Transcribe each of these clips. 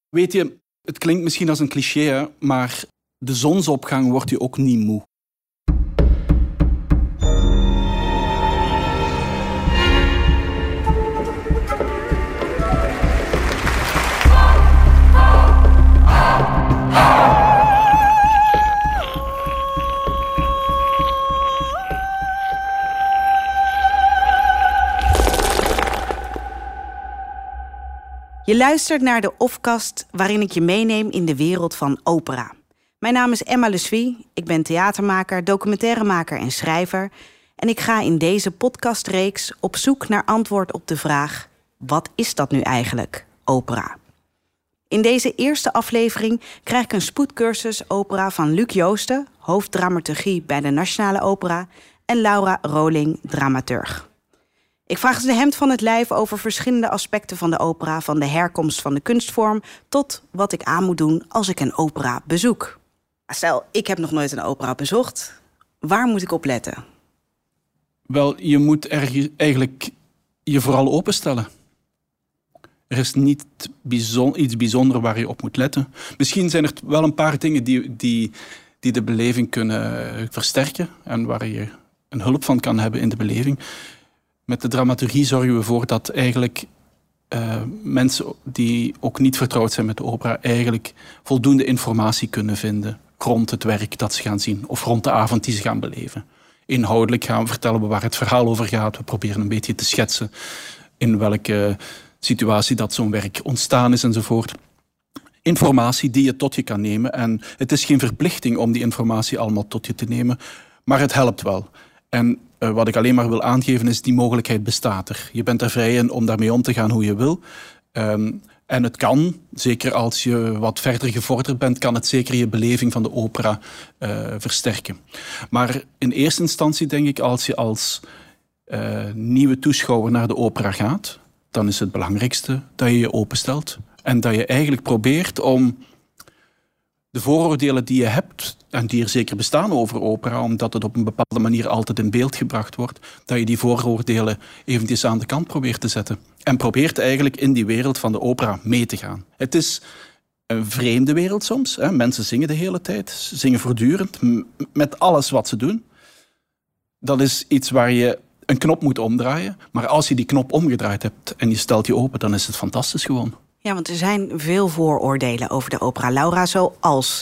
Weet je, het klinkt misschien als een cliché, hè, maar de zonsopgang wordt je ook niet moe. Je luistert naar de Offcast, waarin ik je meeneem in de wereld van opera. Mijn naam is Emma Le Suy, ik ben theatermaker, documentairemaker en schrijver. En ik ga in deze podcastreeks op zoek naar antwoord op de vraag: wat is dat nu eigenlijk, opera? In deze eerste aflevering krijg ik een spoedcursus opera van Luc Joosten, hoofddramaturgie bij de Nationale Opera, en Laura Roling, dramaturg. Ik vraag ze de hemd van het lijf over verschillende aspecten van de opera, van de herkomst van de kunstvorm tot wat ik aan moet doen als ik een opera bezoek. Stel, ik heb nog nooit een opera bezocht. Waar moet ik op letten? Wel, je moet eigenlijk je vooral openstellen. Er is niet iets bijzonders waar je op moet letten. Misschien zijn er wel een paar dingen die de beleving kunnen versterken en waar je een hulp van kan hebben in de beleving. Met de dramaturgie zorgen we ervoor dat eigenlijk mensen die ook niet vertrouwd zijn met de opera eigenlijk voldoende informatie kunnen vinden rond het werk dat ze gaan zien of rond de avond die ze gaan beleven. Inhoudelijk vertellen we waar het verhaal over gaat. We proberen een beetje te schetsen in welke situatie dat zo'n werk ontstaan is enzovoort. Informatie die je tot je kan nemen. En het is geen verplichting om die informatie allemaal tot je te nemen, maar het helpt wel. En wat ik alleen maar wil aangeven is, die mogelijkheid bestaat er. Je bent er vrij in om daarmee om te gaan hoe je wil. En het kan, zeker als je wat verder gevorderd bent, kan het zeker je beleving van de opera versterken. Maar in eerste instantie denk ik, als je als nieuwe toeschouwer naar de opera gaat, dan is het belangrijkste dat je je openstelt. En dat je eigenlijk probeert om de vooroordelen die je hebt, en die er zeker bestaan over opera, omdat het op een bepaalde manier altijd in beeld gebracht wordt, dat je die vooroordelen eventjes aan de kant probeert te zetten. En probeert eigenlijk in die wereld van de opera mee te gaan. Het is een vreemde wereld soms. Hè. Mensen zingen de hele tijd, zingen voortdurend, met alles wat ze doen. Dat is iets waar je een knop moet omdraaien. Maar als je die knop omgedraaid hebt en je stelt je open, dan is het fantastisch gewoon. Ja, want er zijn veel vooroordelen over de opera. Laura, zoals?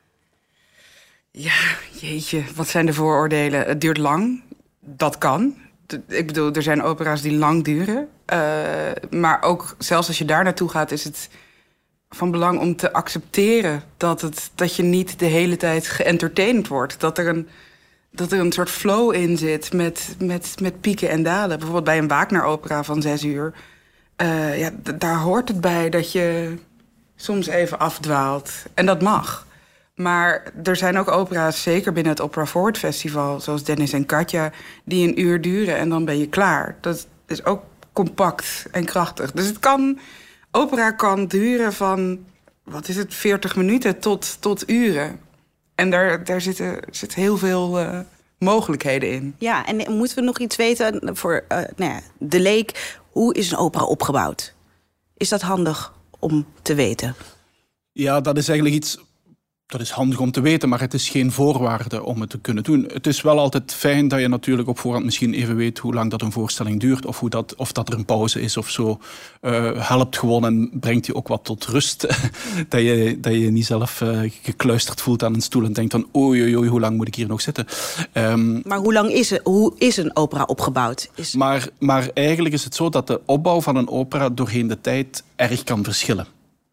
Ja, jeetje, wat zijn de vooroordelen? Het duurt lang, dat kan. Ik bedoel, er zijn opera's die lang duren. Maar ook zelfs als je daar naartoe gaat, is het van belang om te accepteren dat je niet de hele tijd geëntertained wordt. Dat er een soort flow in zit met pieken en dalen. Bijvoorbeeld bij een Wagner-opera van 6 uur. Daar hoort het bij dat je soms even afdwaalt. En dat mag. Maar er zijn ook opera's, zeker binnen het Opera Forward Festival, zoals Dennis en Katja, die 1 uur duren en dan ben je klaar. Dat is ook compact en krachtig. Dus opera kan duren van, 40 minuten tot uren. En daar zit heel veel mogelijkheden in. Ja, en moeten we nog iets weten voor de leek? Hoe is een opera opgebouwd? Is dat handig om te weten? Ja, dat is eigenlijk iets. Dat is handig om te weten, maar het is geen voorwaarde om het te kunnen doen. Het is wel altijd fijn dat je natuurlijk op voorhand misschien even weet hoe lang dat een voorstelling duurt of dat er een pauze is of zo. Helpt gewoon en brengt je ook wat tot rust. dat je niet zelf gekluisterd voelt aan een stoel en denkt van oei, hoe lang moet ik hier nog zitten? Maar hoe is een opera opgebouwd? Maar eigenlijk is het zo dat de opbouw van een opera doorheen de tijd erg kan verschillen.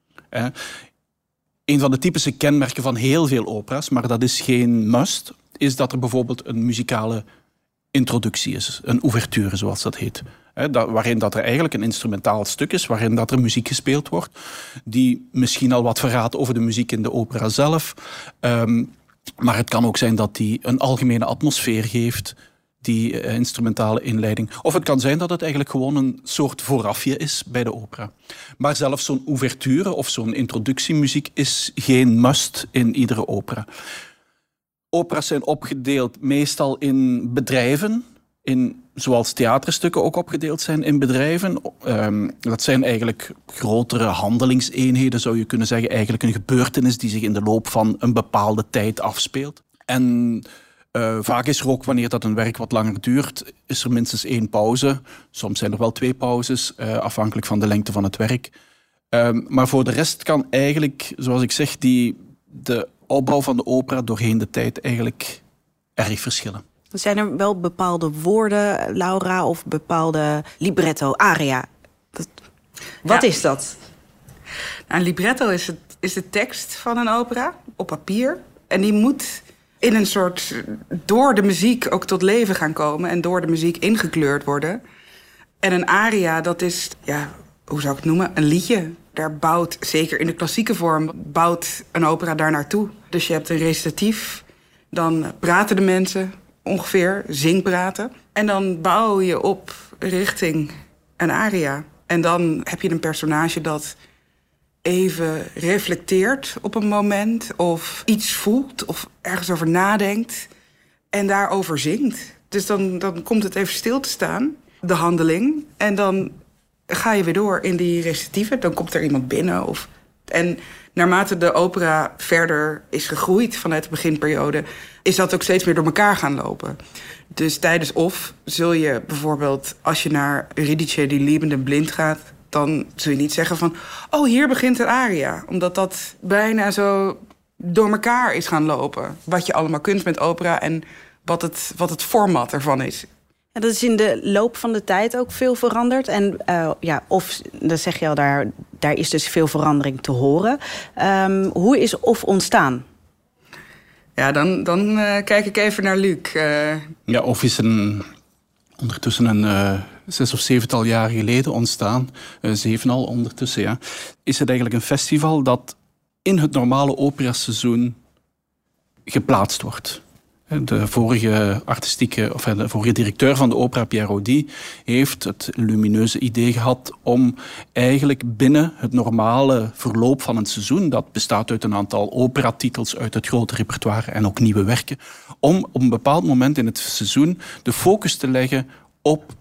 Een van de typische kenmerken van heel veel opera's, maar dat is geen must, is dat er bijvoorbeeld een muzikale introductie is. Een ouverture, zoals dat heet. Waarin dat er eigenlijk een instrumentaal stuk is, waarin dat er muziek gespeeld wordt, die misschien al wat verraadt over de muziek in de opera zelf. Maar het kan ook zijn dat die een algemene atmosfeer geeft, die instrumentale inleiding. Of het kan zijn dat het eigenlijk gewoon een soort voorafje is bij de opera. Maar zelfs zo'n ouverture of zo'n introductiemuziek is geen must in iedere opera. Opera's zijn opgedeeld meestal in bedrijven. zoals theaterstukken ook opgedeeld zijn in bedrijven. Dat zijn eigenlijk grotere handelingseenheden, zou je kunnen zeggen. Eigenlijk een gebeurtenis die zich in de loop van een bepaalde tijd afspeelt. En vaak is er ook, wanneer dat een werk wat langer duurt, is er minstens 1 pauze. Soms zijn er wel 2 pauzes, afhankelijk van de lengte van het werk. Maar voor de rest kan eigenlijk, zoals ik zeg, de opbouw van de opera doorheen de tijd eigenlijk erg verschillen. Zijn er wel bepaalde woorden, Laura, of bepaalde libretto, aria? Wat is dat? Nou, een libretto is de tekst van een opera op papier. En die moet in een soort door de muziek ook tot leven gaan komen en door de muziek ingekleurd worden. En een aria, dat is, hoe zou ik het noemen? Een liedje. Daar bouwt, zeker in de klassieke vorm, bouwt een opera daar naartoe. Dus je hebt een recitatief, dan praten de mensen ongeveer, zingpraten. En dan bouw je op richting een aria. En dan heb je een personage dat even reflecteert op een moment, of iets voelt, of ergens over nadenkt en daarover zingt. Dus dan komt het even stil te staan, de handeling. En dan ga je weer door in die recitatieve. Dan komt er iemand binnen. En naarmate de opera verder is gegroeid vanuit de beginperiode, is dat ook steeds meer door elkaar gaan lopen. Dus tijdens zul je bijvoorbeeld, als je naar Eurydice die Liebende blind gaat, dan zul je niet zeggen van, hier begint een aria. Omdat dat bijna zo door elkaar is gaan lopen. Wat je allemaal kunt met opera en wat het format ervan is. Ja, dat is in de loop van de tijd ook veel veranderd. En dan zeg je al, daar is dus veel verandering te horen. Hoe is ontstaan? Ja, dan kijk ik even naar Luc. Ja, is ondertussen een 6 of 7 jaar geleden ontstaan. 7 al ondertussen, ja. Is het eigenlijk een festival dat in het normale operaseizoen geplaatst wordt. De vorige de vorige directeur van de opera, Pierre Audi, heeft het lumineuze idee gehad om eigenlijk binnen het normale verloop van een seizoen, dat bestaat uit een aantal operatitels uit het grote repertoire en ook nieuwe werken, om op een bepaald moment in het seizoen de focus te leggen op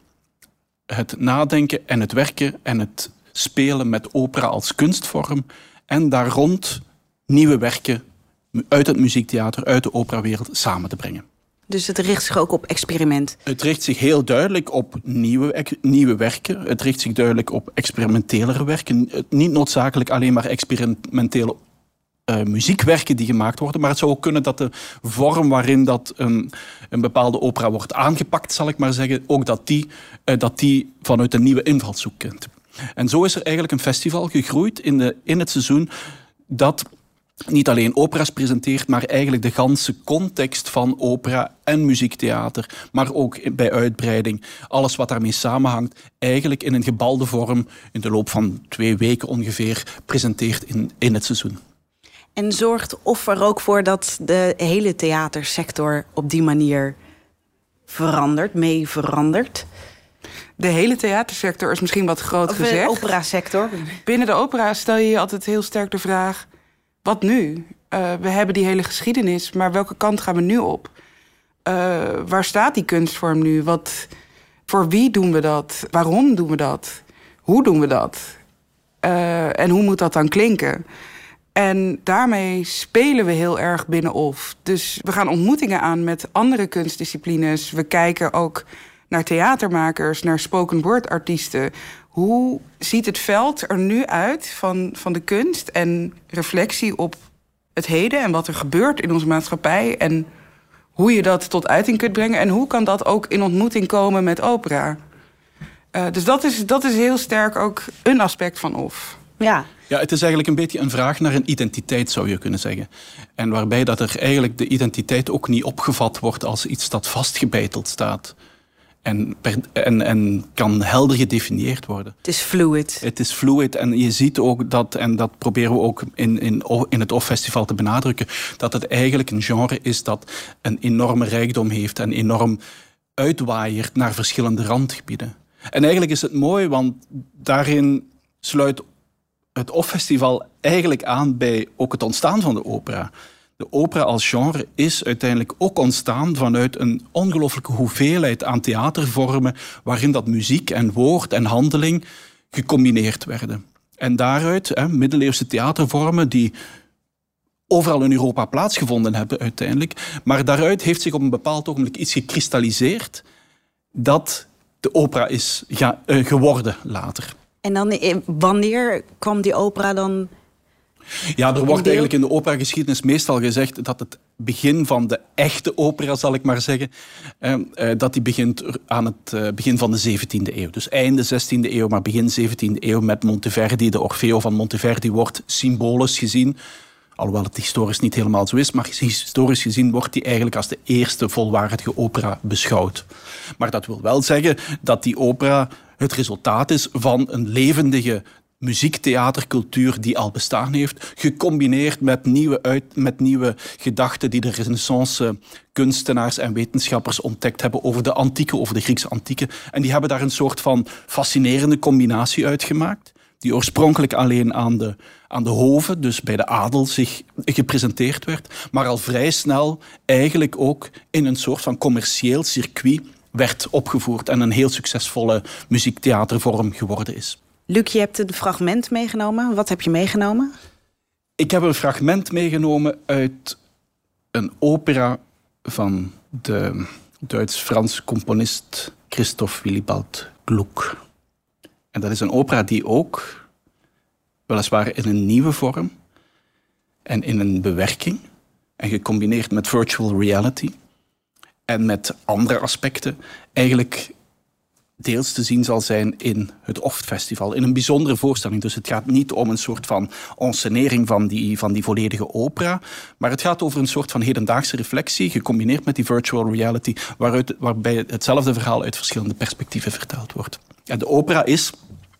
het nadenken en het werken en het spelen met opera als kunstvorm en daar rond nieuwe werken uit het muziektheater, uit de operawereld samen te brengen. Dus het richt zich ook op experiment? Het richt zich heel duidelijk op nieuwe werken. Het richt zich duidelijk op experimentelere werken. Niet noodzakelijk alleen maar experimentele muziekwerken die gemaakt worden, maar het zou ook kunnen dat de vorm waarin dat een bepaalde opera wordt aangepakt, zal ik maar zeggen, ook dat die vanuit een nieuwe invalshoek kent. En zo is er eigenlijk een festival gegroeid in het seizoen dat niet alleen opera's presenteert, maar eigenlijk de ganse context van opera en muziektheater, maar ook bij uitbreiding, alles wat daarmee samenhangt, eigenlijk in een gebalde vorm in de loop van 2 weken ongeveer presenteert in het seizoen. En zorgt er ook voor dat de hele theatersector op die manier mee verandert? De hele theatersector is misschien wat groot gezegd. De operasector. Binnen de opera stel je je altijd heel sterk de vraag, wat nu? We hebben die hele geschiedenis, maar welke kant gaan we nu op? Waar staat die kunstvorm nu? Voor wie doen we dat? Waarom doen we dat? Hoe doen we dat? En hoe moet dat dan klinken? En daarmee spelen we heel erg binnen Dus we gaan ontmoetingen aan met andere kunstdisciplines. We kijken ook naar theatermakers, naar spoken word artiesten. Hoe ziet het veld er nu uit van de kunst en reflectie op het heden en wat er gebeurt in onze maatschappij en hoe je dat tot uiting kunt brengen en hoe kan dat ook in ontmoeting komen met opera? Dus dat is heel sterk ook een aspect van Ja. Ja, het is eigenlijk een beetje een vraag naar een identiteit, zou je kunnen zeggen. En waarbij dat er eigenlijk de identiteit ook niet opgevat wordt als iets dat vastgebeiteld staat. En kan helder gedefinieerd worden. Het is fluid. Het is fluid en je ziet ook dat, en dat proberen we ook in het OFF-festival te benadrukken, dat het eigenlijk een genre is dat een enorme rijkdom heeft en enorm uitwaaiert naar verschillende randgebieden. En eigenlijk is het mooi, want daarin sluit het OFF-festival eigenlijk aan bij ook het ontstaan van de opera. De opera als genre is uiteindelijk ook ontstaan vanuit een ongelooflijke hoeveelheid aan theatervormen waarin dat muziek en woord en handeling gecombineerd werden. En daaruit, middeleeuwse theatervormen die overal in Europa plaatsgevonden hebben uiteindelijk, maar daaruit heeft zich op een bepaald ogenblik iets gekristalliseerd dat de opera is geworden later. En dan, wanneer kwam die opera dan? Ja, er wordt eigenlijk in de operageschiedenis meestal gezegd dat het begin van de echte opera, zal ik maar zeggen, dat die begint aan het begin van de 17e eeuw. Dus einde 16e eeuw, maar begin 17e eeuw met Monteverdi. De Orfeo van Monteverdi wordt symbolisch gezien, alhoewel het historisch niet helemaal zo is, maar historisch gezien wordt die eigenlijk als de eerste volwaardige opera beschouwd. Maar dat wil wel zeggen dat die opera het resultaat is van een levendige muziektheatercultuur die al bestaan heeft, gecombineerd met nieuwe gedachten die de Renaissance kunstenaars en wetenschappers ontdekt hebben over de antieke, over de Griekse antieke. En die hebben daar een soort van fascinerende combinatie uitgemaakt, die oorspronkelijk alleen aan de hoven, dus bij de adel, zich gepresenteerd werd, maar al vrij snel eigenlijk ook in een soort van commercieel circuit werd opgevoerd en een heel succesvolle muziektheatervorm geworden is. Luc, je hebt een fragment meegenomen. Wat heb je meegenomen? Ik heb een fragment meegenomen uit een opera van de Duits-Frans componist Christoph Willibald Gluck. En dat is een opera die ook, weliswaar in een nieuwe vorm en in een bewerking en gecombineerd met virtual reality en met andere aspecten eigenlijk deels te zien zal zijn in het Oft-festival. In een bijzondere voorstelling. Dus het gaat niet om een soort van encenering van die volledige opera, maar het gaat over een soort van hedendaagse reflectie, gecombineerd met die virtual reality, waarbij hetzelfde verhaal uit verschillende perspectieven verteld wordt. Ja, de opera is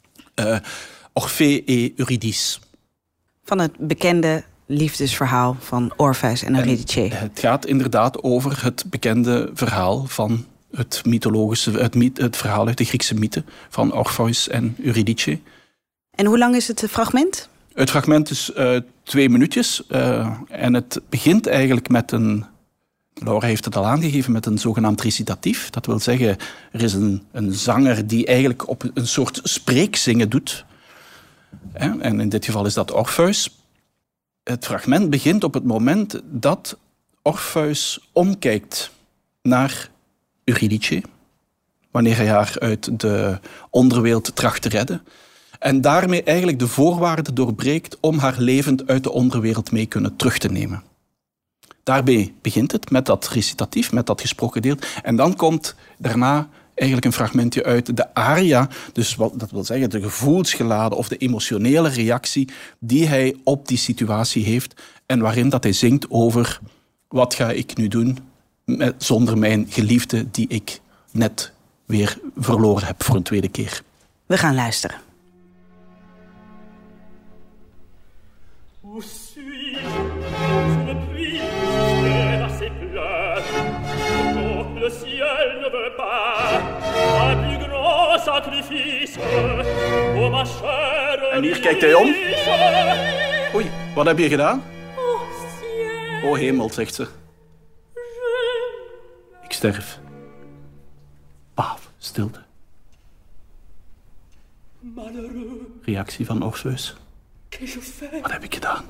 Orphée et Eurydice. Van het bekende liefdesverhaal van Orpheus en Eurydice. Het gaat inderdaad over het bekende verhaal van het verhaal uit de Griekse mythe van Orpheus en Eurydice. En hoe lang is het fragment? Het fragment is 2 minuutjes. En het begint eigenlijk met Laura heeft het al aangegeven, met een zogenaamd recitatief. Dat wil zeggen, er is een zanger die eigenlijk op een soort spreekzingen doet. En in dit geval is dat Orpheus. Het fragment begint op het moment dat Orpheus omkijkt naar Eurydice, wanneer hij haar uit de onderwereld tracht te redden. En daarmee eigenlijk de voorwaarden doorbreekt om haar levend uit de onderwereld mee kunnen terug te nemen. Daarbij begint het met dat recitatief, met dat gesproken deel. En dan komt daarna eigenlijk een fragmentje uit de aria. Dus dat wil zeggen de gevoelsgeladen of de emotionele reactie die hij op die situatie heeft en waarin dat hij zingt over wat ga ik nu doen zonder mijn geliefde die ik net weer verloren heb voor een tweede keer. We gaan luisteren. En hier kijkt hij om. Oei, wat heb je gedaan? O hemel, zegt ze. Ik sterf. Paf, stilte. Reactie van Orpheus. Wat heb ik gedaan?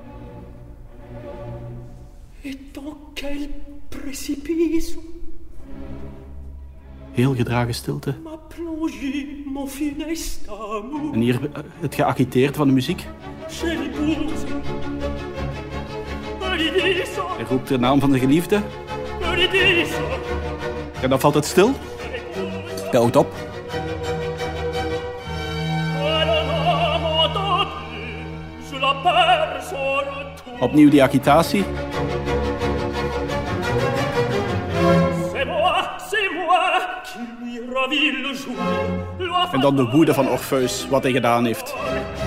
Heel gedragen stilte. En hier het geagiteerd van de muziek. Hij roept de naam van de geliefde. En dan valt het stil. Hij houdt op. Opnieuw die agitatie. En dan de woede van Orpheus, wat hij gedaan heeft.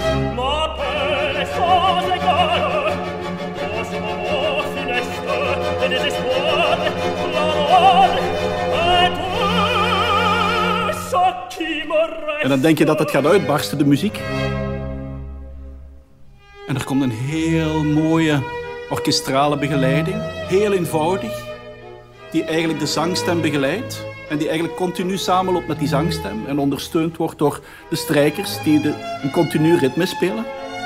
En dan denk je dat het gaat uitbarsten, de muziek. En er komt een heel mooie orkestrale begeleiding, heel eenvoudig, die eigenlijk de zangstem begeleidt en die eigenlijk continu samenloopt met die zangstem en ondersteund wordt door de strijkers die een continu ritme spelen.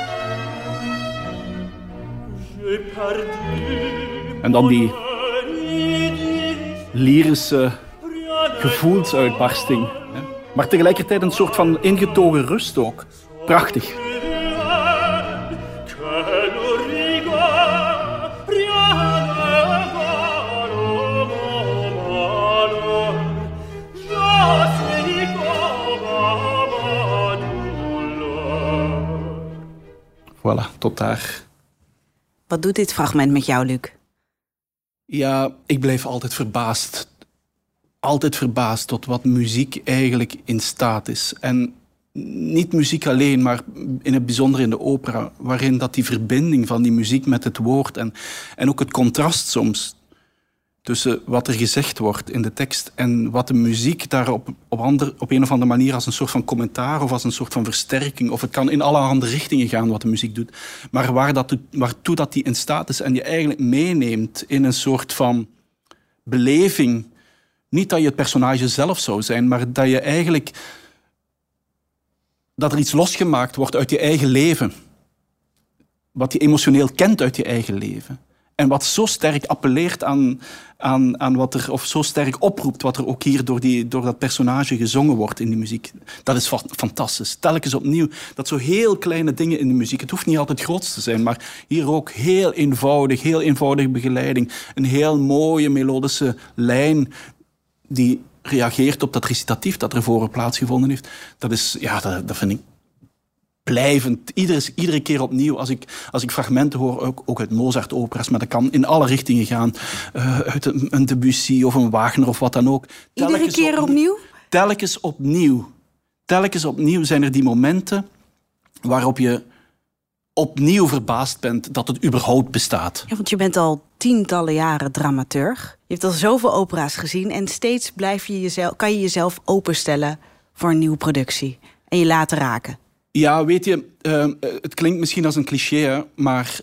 En dan die lyrische gevoelsuitbarsting. Maar tegelijkertijd een soort van ingetogen rust ook. Prachtig. Voilà, tot daar. Wat doet dit fragment met jou, Luc? Ja, ik blijf altijd verbaasd. Altijd verbaasd tot wat muziek eigenlijk in staat is. En niet muziek alleen, maar in het bijzonder in de opera, waarin dat die verbinding van die muziek met het woord en ook het contrast soms tussen wat er gezegd wordt in de tekst en wat de muziek daar op een of andere manier als een soort van commentaar of als een soort van versterking, of het kan in allerhande richtingen gaan wat de muziek doet, maar waartoe dat die in staat is en je eigenlijk meeneemt in een soort van beleving. Niet dat je het personage zelf zou zijn, maar dat je eigenlijk dat er iets losgemaakt wordt uit je eigen leven. Wat je emotioneel kent uit je eigen leven. En wat zo sterk appelleert aan wat er, of zo sterk oproept wat er ook hier door dat personage gezongen wordt in die muziek. Dat is fantastisch. Telkens opnieuw. Dat zo heel kleine dingen in de muziek. Het hoeft niet altijd groot te zijn, maar hier ook heel eenvoudige begeleiding. Een heel mooie melodische lijn die reageert op dat recitatief dat er voor plaatsgevonden heeft. Dat is, ja, dat vind ik blijvend. Iedere keer opnieuw. Als ik fragmenten hoor, ook uit Mozart-opera's, maar dat kan in alle richtingen gaan. Uit een Debussy of een Wagner of wat dan ook. Iedere keer opnieuw? Telkens opnieuw. Telkens opnieuw zijn er die momenten waarop je opnieuw verbaasd bent dat het überhaupt bestaat. Ja, want je bent al tientallen jaren dramaturg. Je hebt al zoveel opera's gezien en steeds kan je jezelf openstellen voor een nieuwe productie en je laten raken. Ja, weet je, het klinkt misschien als een cliché, hè, maar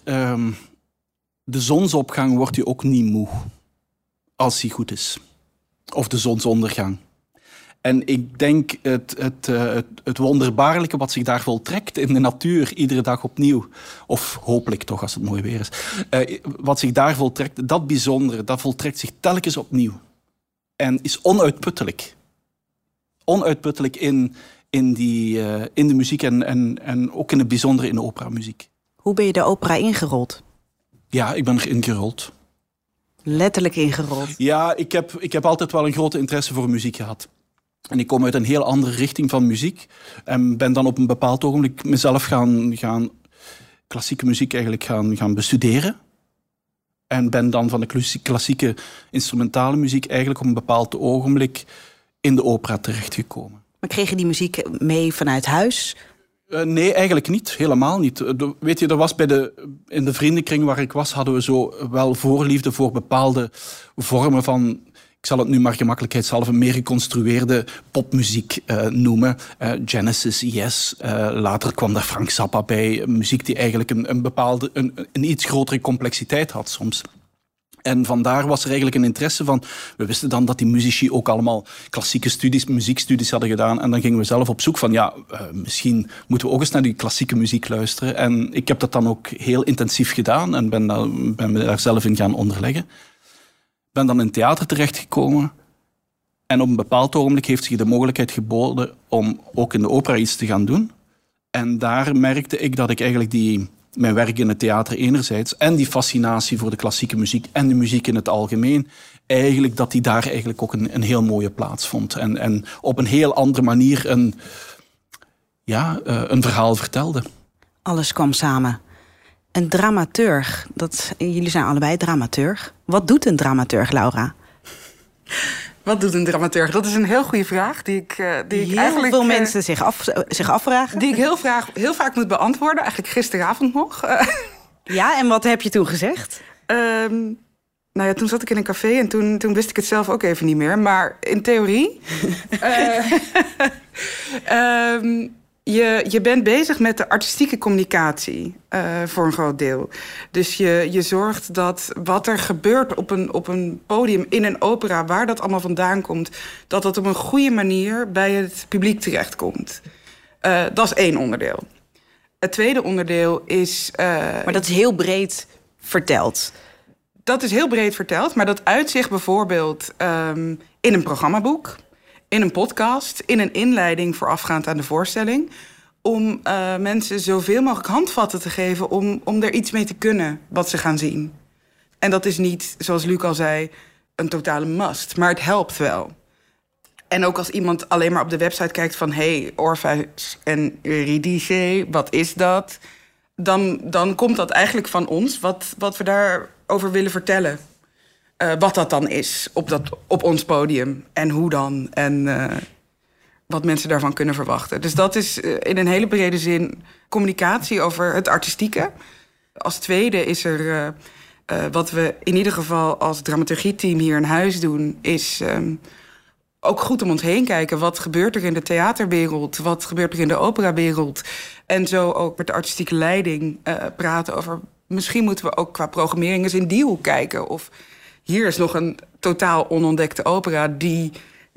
de zonsopgang wordt je ook niet moe als die goed is. Of de zonsondergang. En ik denk het wonderbaarlijke wat zich daar voltrekt in de natuur, iedere dag opnieuw, of hopelijk toch als het mooi weer is, wat zich daar voltrekt, dat bijzondere, dat voltrekt zich telkens opnieuw. En is onuitputtelijk. Onuitputtelijk in de muziek en ook in het bijzondere in de operamuziek. Hoe ben je de opera ingerold? Ja, ik ben erin gerold. Letterlijk ingerold? Ja, ik heb altijd wel een grote interesse voor muziek gehad. En ik kom uit een heel andere richting van muziek. En ben dan op een bepaald ogenblik mezelf gaan klassieke muziek eigenlijk gaan bestuderen. En ben dan van de klassieke instrumentale muziek eigenlijk op een bepaald ogenblik in de opera terechtgekomen. Maar kreeg je die muziek mee vanuit huis? Nee, eigenlijk niet. Helemaal niet. Weet je, er was in de vriendenkring waar ik was, hadden we zo wel voorliefde voor bepaalde vormen van, ik zal het nu maar gemakkelijkheidshalve, meer geconstrueerde popmuziek noemen. Genesis, Yes. Later kwam daar Frank Zappa bij. Muziek die eigenlijk een iets grotere complexiteit had soms. En vandaar was er eigenlijk een interesse van. We wisten dan dat die muzici ook allemaal klassieke studies, muziekstudies hadden gedaan. En dan gingen we zelf op zoek van, misschien moeten we ook eens naar die klassieke muziek luisteren. En ik heb dat dan ook heel intensief gedaan en ben me daar zelf in gaan onderleggen. Ben dan in het theater terechtgekomen. En op een bepaald ogenblik heeft zich de mogelijkheid geboden om ook in de opera iets te gaan doen. En daar merkte ik dat ik eigenlijk mijn werk in het theater enerzijds en die fascinatie voor de klassieke muziek en de muziek in het algemeen, eigenlijk dat die daar eigenlijk ook een heel mooie plaats vond. En op een heel andere manier een verhaal vertelde. Alles kwam samen. Een dramaturg, jullie zijn allebei dramaturg. Wat doet een dramaturg, Laura? Wat doet een dramaturg? Dat is een heel goede vraag die ik eigenlijk veel mensen zich afvragen. Die ik heel vaak moet beantwoorden. Eigenlijk gisteravond nog. Ja, en wat heb je toen gezegd? Toen zat ik in een café en toen wist ik het zelf ook even niet meer. Maar in theorie Je bent bezig met de artistieke communicatie voor een groot deel. Dus je zorgt dat wat er gebeurt op een podium in een opera, waar dat allemaal vandaan komt, dat op een goede manier bij het publiek terechtkomt. Dat is 1 onderdeel. Het tweede onderdeel is... Maar dat is heel breed verteld. Dat is heel breed verteld, maar dat uitzicht bijvoorbeeld in een programmaboek, in een podcast, in een inleiding voorafgaand aan de voorstelling, om mensen zoveel mogelijk handvatten te geven om er iets mee te kunnen wat ze gaan zien. En dat is niet, zoals Luc al zei, een totale must, maar het helpt wel. En ook als iemand alleen maar op de website kijkt van Orpheus en Eurydice, wat is dat? Dan komt dat eigenlijk van ons, wat we daarover willen vertellen. Wat dat dan is op ons podium en hoe dan en wat mensen daarvan kunnen verwachten. Dus dat is in een hele brede zin communicatie over het artistieke. Als tweede is er wat we in ieder geval als dramaturgieteam hier in huis doen, is ook goed om ons heen kijken. Wat gebeurt er in de theaterwereld? Wat gebeurt er in de operawereld? En zo ook met de artistieke leiding praten over, misschien moeten we ook qua programmering eens in die hoek kijken. Of hier is nog een totaal onontdekte opera die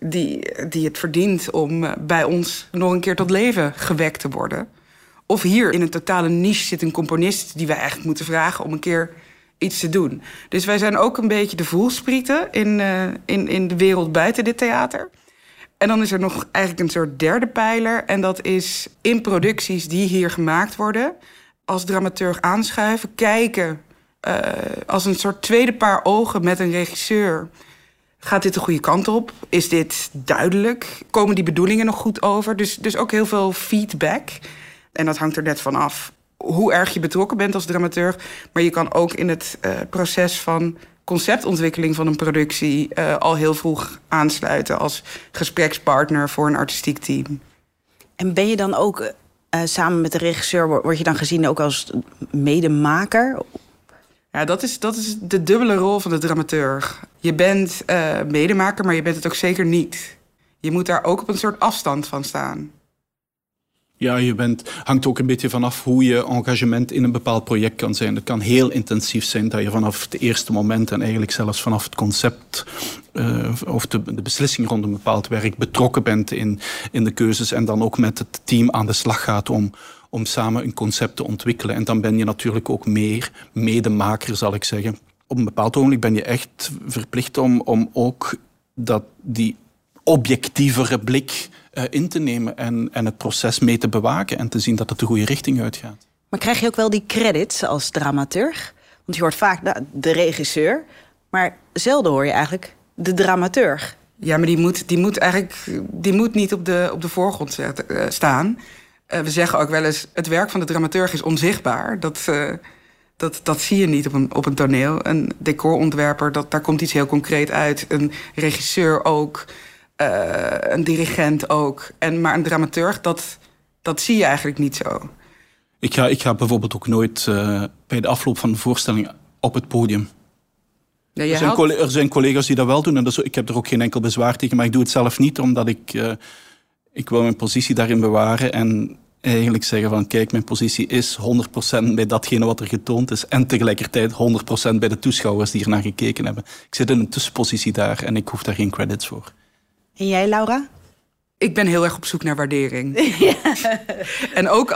het verdient om bij ons nog een keer tot leven gewekt te worden. Of hier in een totale niche zit een componist die wij eigenlijk moeten vragen om een keer iets te doen. Dus wij zijn ook een beetje de voelsprieten in de wereld buiten dit theater. En dan is er nog eigenlijk een soort derde pijler. En dat is in producties die hier gemaakt worden, als dramaturg aanschuiven, kijken als een soort tweede paar ogen met een regisseur. Gaat dit de goede kant op? Is dit duidelijk? Komen die bedoelingen nog goed over? Dus ook heel veel feedback. En dat hangt er net van af hoe erg je betrokken bent als dramaturg. Maar je kan ook in het proces van conceptontwikkeling van een productie al heel vroeg aansluiten als gesprekspartner voor een artistiek team. En ben je dan ook samen met de regisseur, word je dan gezien ook als medemaker? Ja, dat is de dubbele rol van de dramaturg. Je bent medemaker, maar je bent het ook zeker niet. Je moet daar ook op een soort afstand van staan. Ja, hangt ook een beetje vanaf hoe je engagement in een bepaald project kan zijn. Het kan heel intensief zijn dat je vanaf het eerste moment en eigenlijk zelfs vanaf het concept of de beslissing rond een bepaald werk betrokken bent in de keuzes en dan ook met het team aan de slag gaat om samen een concept te ontwikkelen. En dan ben je natuurlijk ook meer medemaker, zal ik zeggen. Op een bepaald ogenblik ben je echt verplicht om ook die objectievere blik in te nemen en het proces mee te bewaken en te zien dat het de goede richting uitgaat. Maar krijg je ook wel die credits als dramaturg? Want je hoort vaak de regisseur, maar zelden hoor je eigenlijk de dramaturg. Ja, maar die moet niet op de voorgrond staan. We zeggen ook wel eens, het werk van de dramaturg is onzichtbaar. Dat zie je niet op een toneel. Een decorontwerper, daar komt iets heel concreet uit. Een regisseur ook. Een dirigent ook. Maar een dramaturg, dat zie je eigenlijk niet zo. Ik ga bijvoorbeeld ook nooit bij de afloop van de voorstelling op het podium. Ja, er zijn collega's die dat wel doen. En ik heb er ook geen enkel bezwaar tegen. Maar ik doe het zelf niet, omdat ik wil mijn positie daarin bewaren. En eigenlijk zeggen van, kijk, mijn positie is 100% bij datgene wat er getoond is. En tegelijkertijd 100% bij de toeschouwers die er naar gekeken hebben. Ik zit in een tussenpositie daar en ik hoef daar geen credits voor. En jij, Laura? Ik ben heel erg op zoek naar waardering. Ja. En ook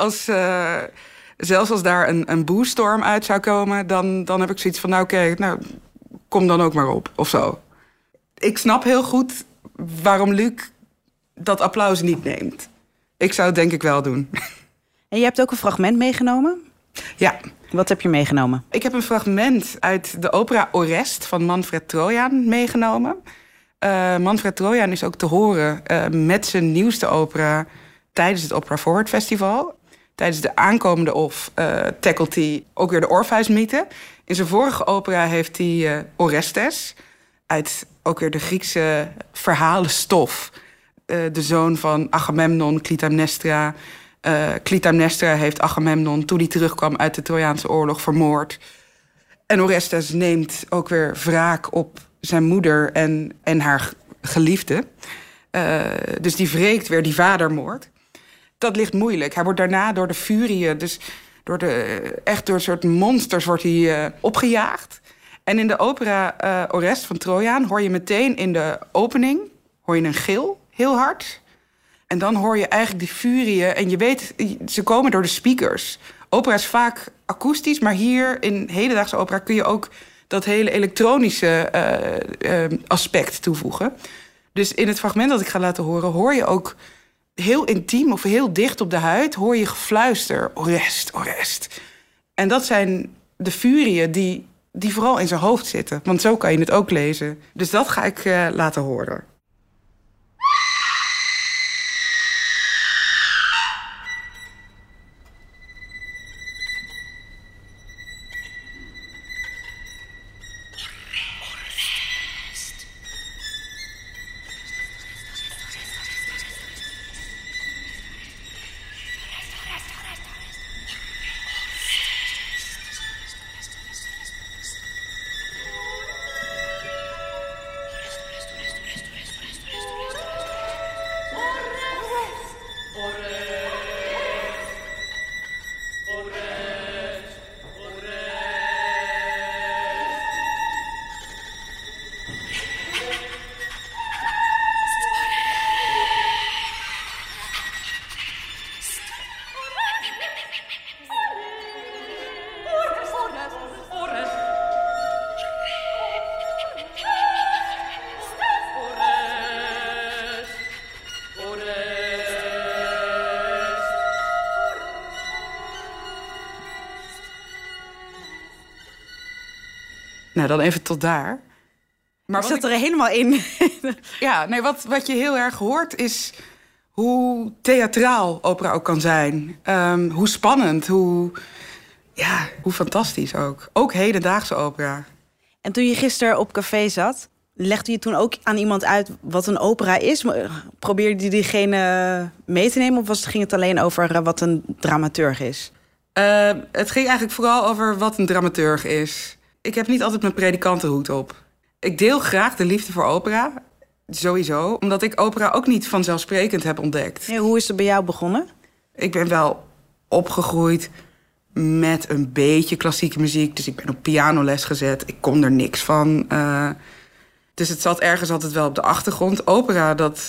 zelfs als daar een boostorm uit zou komen, dan heb ik zoiets van, nou, kom dan ook maar op, of zo. Ik snap heel goed waarom Luc dat applaus niet neemt. Ik zou het denk ik wel doen. En je hebt ook een fragment meegenomen? Ja. Wat heb je meegenomen? Ik heb een fragment uit de opera Orest van Manfred Trojan meegenomen. Manfred Trojan is ook te horen met zijn nieuwste opera tijdens het Opera Forward Festival. Tijdens de aankomende tackelt hij ook weer de Orpheus-mythe. In zijn vorige opera heeft hij Orestes uit ook weer de Griekse verhalenstof. De zoon van Agamemnon, Clytemnestra. Clytemnestra heeft Agamemnon, toen hij terugkwam uit de Trojaanse oorlog, vermoord. En Orestes neemt ook weer wraak op zijn moeder en haar geliefde. Dus die wreekt weer die vadermoord. dat ligt moeilijk. Hij wordt daarna door de furieën, dus door een soort monsters wordt hij opgejaagd. En in de opera Orest van Trojaan hoor je meteen in de opening hoor je een gil, heel hard. En dan hoor je eigenlijk die furieën. En je weet, ze komen door de speakers. Opera is vaak akoestisch, maar hier in hedendaagse opera kun je ook dat hele elektronische aspect toevoegen. Dus in het fragment dat ik ga laten horen, hoor je ook heel intiem of heel dicht op de huid, hoor je gefluister. Orest, Orest. En dat zijn de furieën die vooral in zijn hoofd zitten. Want zo kan je het ook lezen. Dus dat ga ik laten horen. Nou, dan even tot daar. Maar ik zat er helemaal in. Ja, nee, wat je heel erg hoort is hoe theatraal opera ook kan zijn. Hoe spannend, hoe fantastisch ook. Ook hedendaagse opera. En toen je gisteren op café zat, legde je toen ook aan iemand uit wat een opera is? Probeerde je diegene mee te nemen of ging het alleen over wat een dramaturg is? Het ging eigenlijk vooral over wat een dramaturg is. Ik heb niet altijd mijn predikantenhoed op. Ik deel graag de liefde voor opera, sowieso. Omdat ik opera ook niet vanzelfsprekend heb ontdekt. Nee, hoe is het bij jou begonnen? Ik ben wel opgegroeid met een beetje klassieke muziek. Dus ik ben op pianoles gezet. Ik kon er niks van. Dus het zat ergens altijd wel op de achtergrond. Opera, dat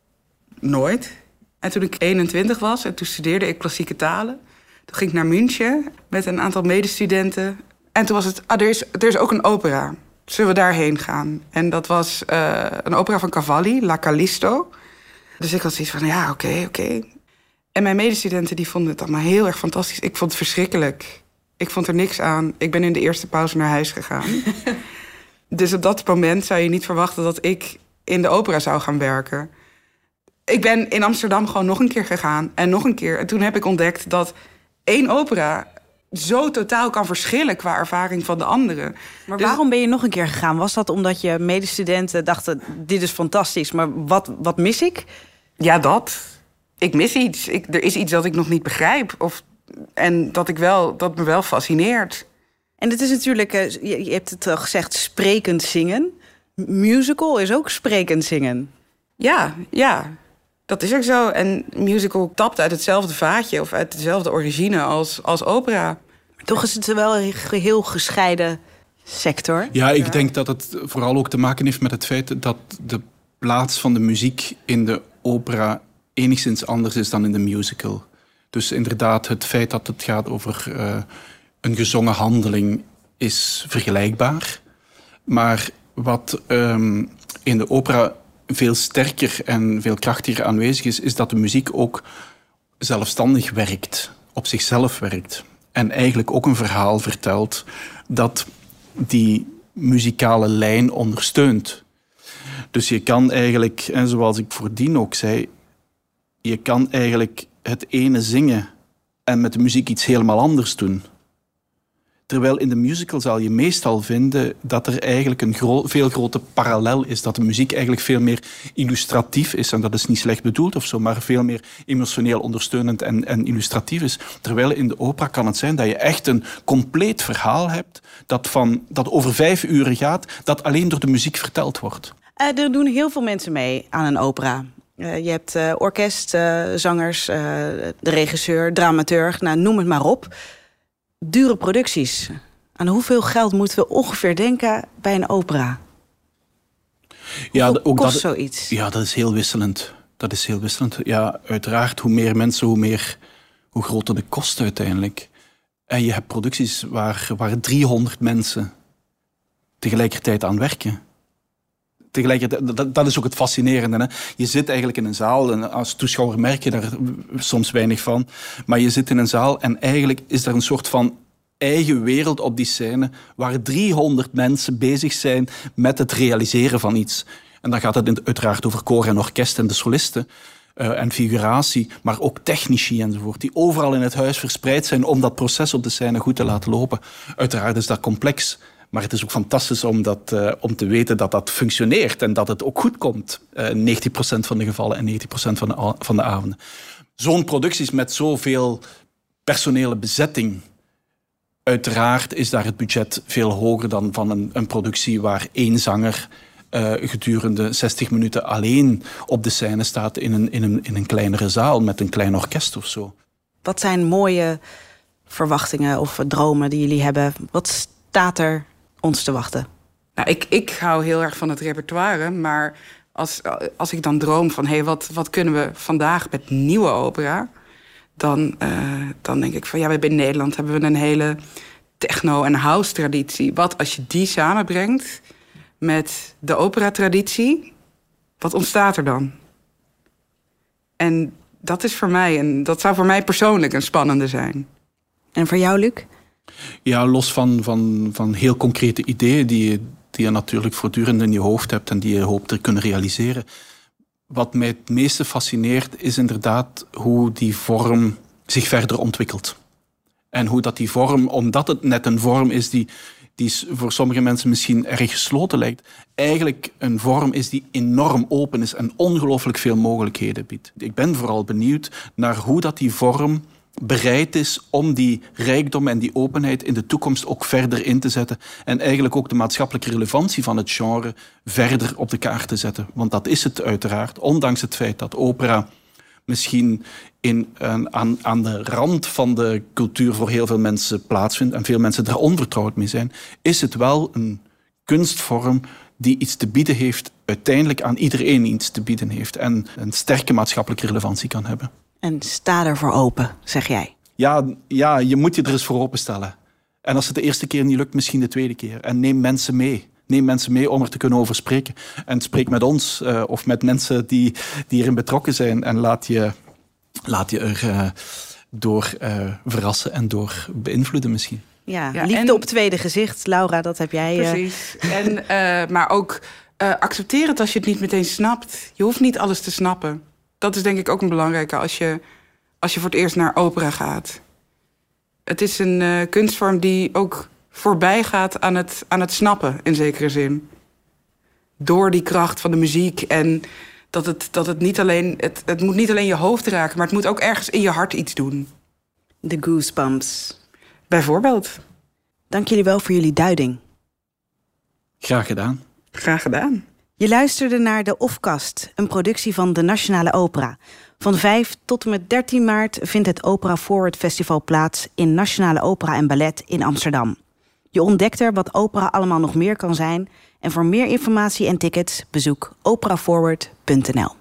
nooit. En toen ik 21 was en toen studeerde ik klassieke talen. Toen ging ik naar München met een aantal medestudenten. En toen was het, er is ook een opera. Zullen we daarheen gaan? En dat was een opera van Cavalli, La Callisto. Dus ik had zoiets van, ja, oké. En mijn medestudenten die vonden het allemaal heel erg fantastisch. Ik vond het verschrikkelijk. Ik vond er niks aan. Ik ben in de eerste pauze naar huis gegaan. Dus op dat moment zou je niet verwachten dat ik in de opera zou gaan werken. Ik ben in Amsterdam gewoon nog een keer gegaan. En nog een keer. En toen heb ik ontdekt dat 1 opera zo totaal kan verschillen qua ervaring van de andere. Maar waarom ben je nog een keer gegaan? Was dat omdat je medestudenten dachten, dit is fantastisch, maar wat mis ik? Ja, dat. Ik mis iets. Er is iets dat ik nog niet begrijp. En dat me wel fascineert. En het is natuurlijk, je hebt het al gezegd, sprekend zingen. Musical is ook sprekend zingen. Ja. Dat is ook zo. En musical tapt uit hetzelfde vaatje of uit dezelfde origine als opera. Maar toch is het wel een geheel gescheiden sector. Ja, ik denk dat het vooral ook te maken heeft met het feit dat de plaats van de muziek in de opera enigszins anders is dan in de musical. Dus inderdaad, het feit dat het gaat over een gezongen handeling is vergelijkbaar. Maar wat in de opera veel sterker en veel krachtiger aanwezig is dat de muziek ook zelfstandig werkt, op zichzelf werkt. En eigenlijk ook een verhaal vertelt dat die muzikale lijn ondersteunt. Dus je kan eigenlijk, en zoals ik voordien ook zei, je kan eigenlijk het ene zingen en met de muziek iets helemaal anders doen. Terwijl in de musical zal je meestal vinden dat er eigenlijk een veel groter parallel is. Dat de muziek eigenlijk veel meer illustratief is. En dat is niet slecht bedoeld of zo, maar veel meer emotioneel ondersteunend en illustratief is. Terwijl in de opera kan het zijn dat je echt een compleet verhaal hebt dat over 5 uur gaat, dat alleen door de muziek verteld wordt. Er doen heel veel mensen mee aan een opera. Je hebt orkest, zangers, de regisseur, dramaturg, nou, noem het maar op. Dure producties. Aan hoeveel geld moeten we ongeveer denken bij een opera? Hoeveel kost zoiets? Ja, dat is heel wisselend. Ja, uiteraard, hoe meer mensen, hoe groter de kost uiteindelijk. En je hebt producties waar 300 mensen tegelijkertijd aan werken. Tegelijkertijd, dat is ook het fascinerende. Hè? Je zit eigenlijk in een zaal en als toeschouwer merk je daar soms weinig van. Maar je zit in een zaal en eigenlijk is er een soort van eigen wereld op die scène waar 300 mensen bezig zijn met het realiseren van iets. En dan gaat het uiteraard over koor en orkest en de solisten en figuratie, maar ook technici enzovoort, die overal in het huis verspreid zijn om dat proces op de scène goed te laten lopen. Uiteraard is dat complex, maar het is ook fantastisch om te weten dat dat functioneert en dat het ook goed komt. 90% van de gevallen en 90% van de avonden. Zo'n producties met zoveel personele bezetting, uiteraard is daar het budget veel hoger dan van een productie waar 1 zanger gedurende 60 minuten alleen op de scène staat in een kleinere zaal met een klein orkest of zo. Wat zijn mooie verwachtingen of dromen die jullie hebben? Wat staat er ons te wachten? Nou, ik hou heel erg van het repertoire, maar als ik dan droom van wat kunnen we vandaag met nieuwe opera, dan denk ik van ja, in Nederland hebben we een hele techno- en house-traditie. Wat als je die samenbrengt met de operatraditie, wat ontstaat er dan? En dat is voor mij dat zou voor mij persoonlijk een spannende zijn. En voor jou, Luc? Ja, los van heel concrete ideeën die je natuurlijk voortdurend in je hoofd hebt en die je hoopt te kunnen realiseren. Wat mij het meeste fascineert is inderdaad hoe die vorm zich verder ontwikkelt. En hoe dat die vorm, omdat het net een vorm is die voor sommige mensen misschien erg gesloten lijkt, eigenlijk een vorm is die enorm open is en ongelooflijk veel mogelijkheden biedt. Ik ben vooral benieuwd naar hoe dat die vorm bereid is om die rijkdom en die openheid in de toekomst ook verder in te zetten en eigenlijk ook de maatschappelijke relevantie van het genre verder op de kaart te zetten. Want dat is het uiteraard, ondanks het feit dat opera misschien aan de rand van de cultuur voor heel veel mensen plaatsvindt en veel mensen daar onvertrouwd mee zijn, is het wel een kunstvorm die iets te bieden heeft, uiteindelijk aan iedereen iets te bieden heeft en een sterke maatschappelijke relevantie kan hebben. En sta ervoor open, zeg jij? Ja, je moet je er eens voor openstellen. En als het de eerste keer niet lukt, misschien de tweede keer. En neem mensen mee. Neem mensen mee om er te kunnen over spreken. En spreek met ons of met mensen die erin betrokken zijn. En laat je er door verrassen en door beïnvloeden misschien. Ja, liefde op tweede gezicht. Laura, dat heb jij. Precies. Maar ook accepteer het als je het niet meteen snapt. Je hoeft niet alles te snappen. Dat is denk ik ook een belangrijke als je voor het eerst naar opera gaat. Het is een kunstvorm die ook voorbij gaat aan het snappen, in zekere zin. Door die kracht van de muziek en dat het niet alleen... Het moet niet alleen je hoofd raken, maar het moet ook ergens in je hart iets doen. De goosebumps. Bijvoorbeeld. Dank jullie wel voor jullie duiding. Graag gedaan. Graag gedaan. Je luisterde naar De Ofkast, een productie van de Nationale Opera. Van 5 tot en met 13 maart vindt het Opera Forward Festival plaats in Nationale Opera en Ballet in Amsterdam. Je ontdekt er wat opera allemaal nog meer kan zijn. En voor meer informatie en tickets bezoek operaforward.nl.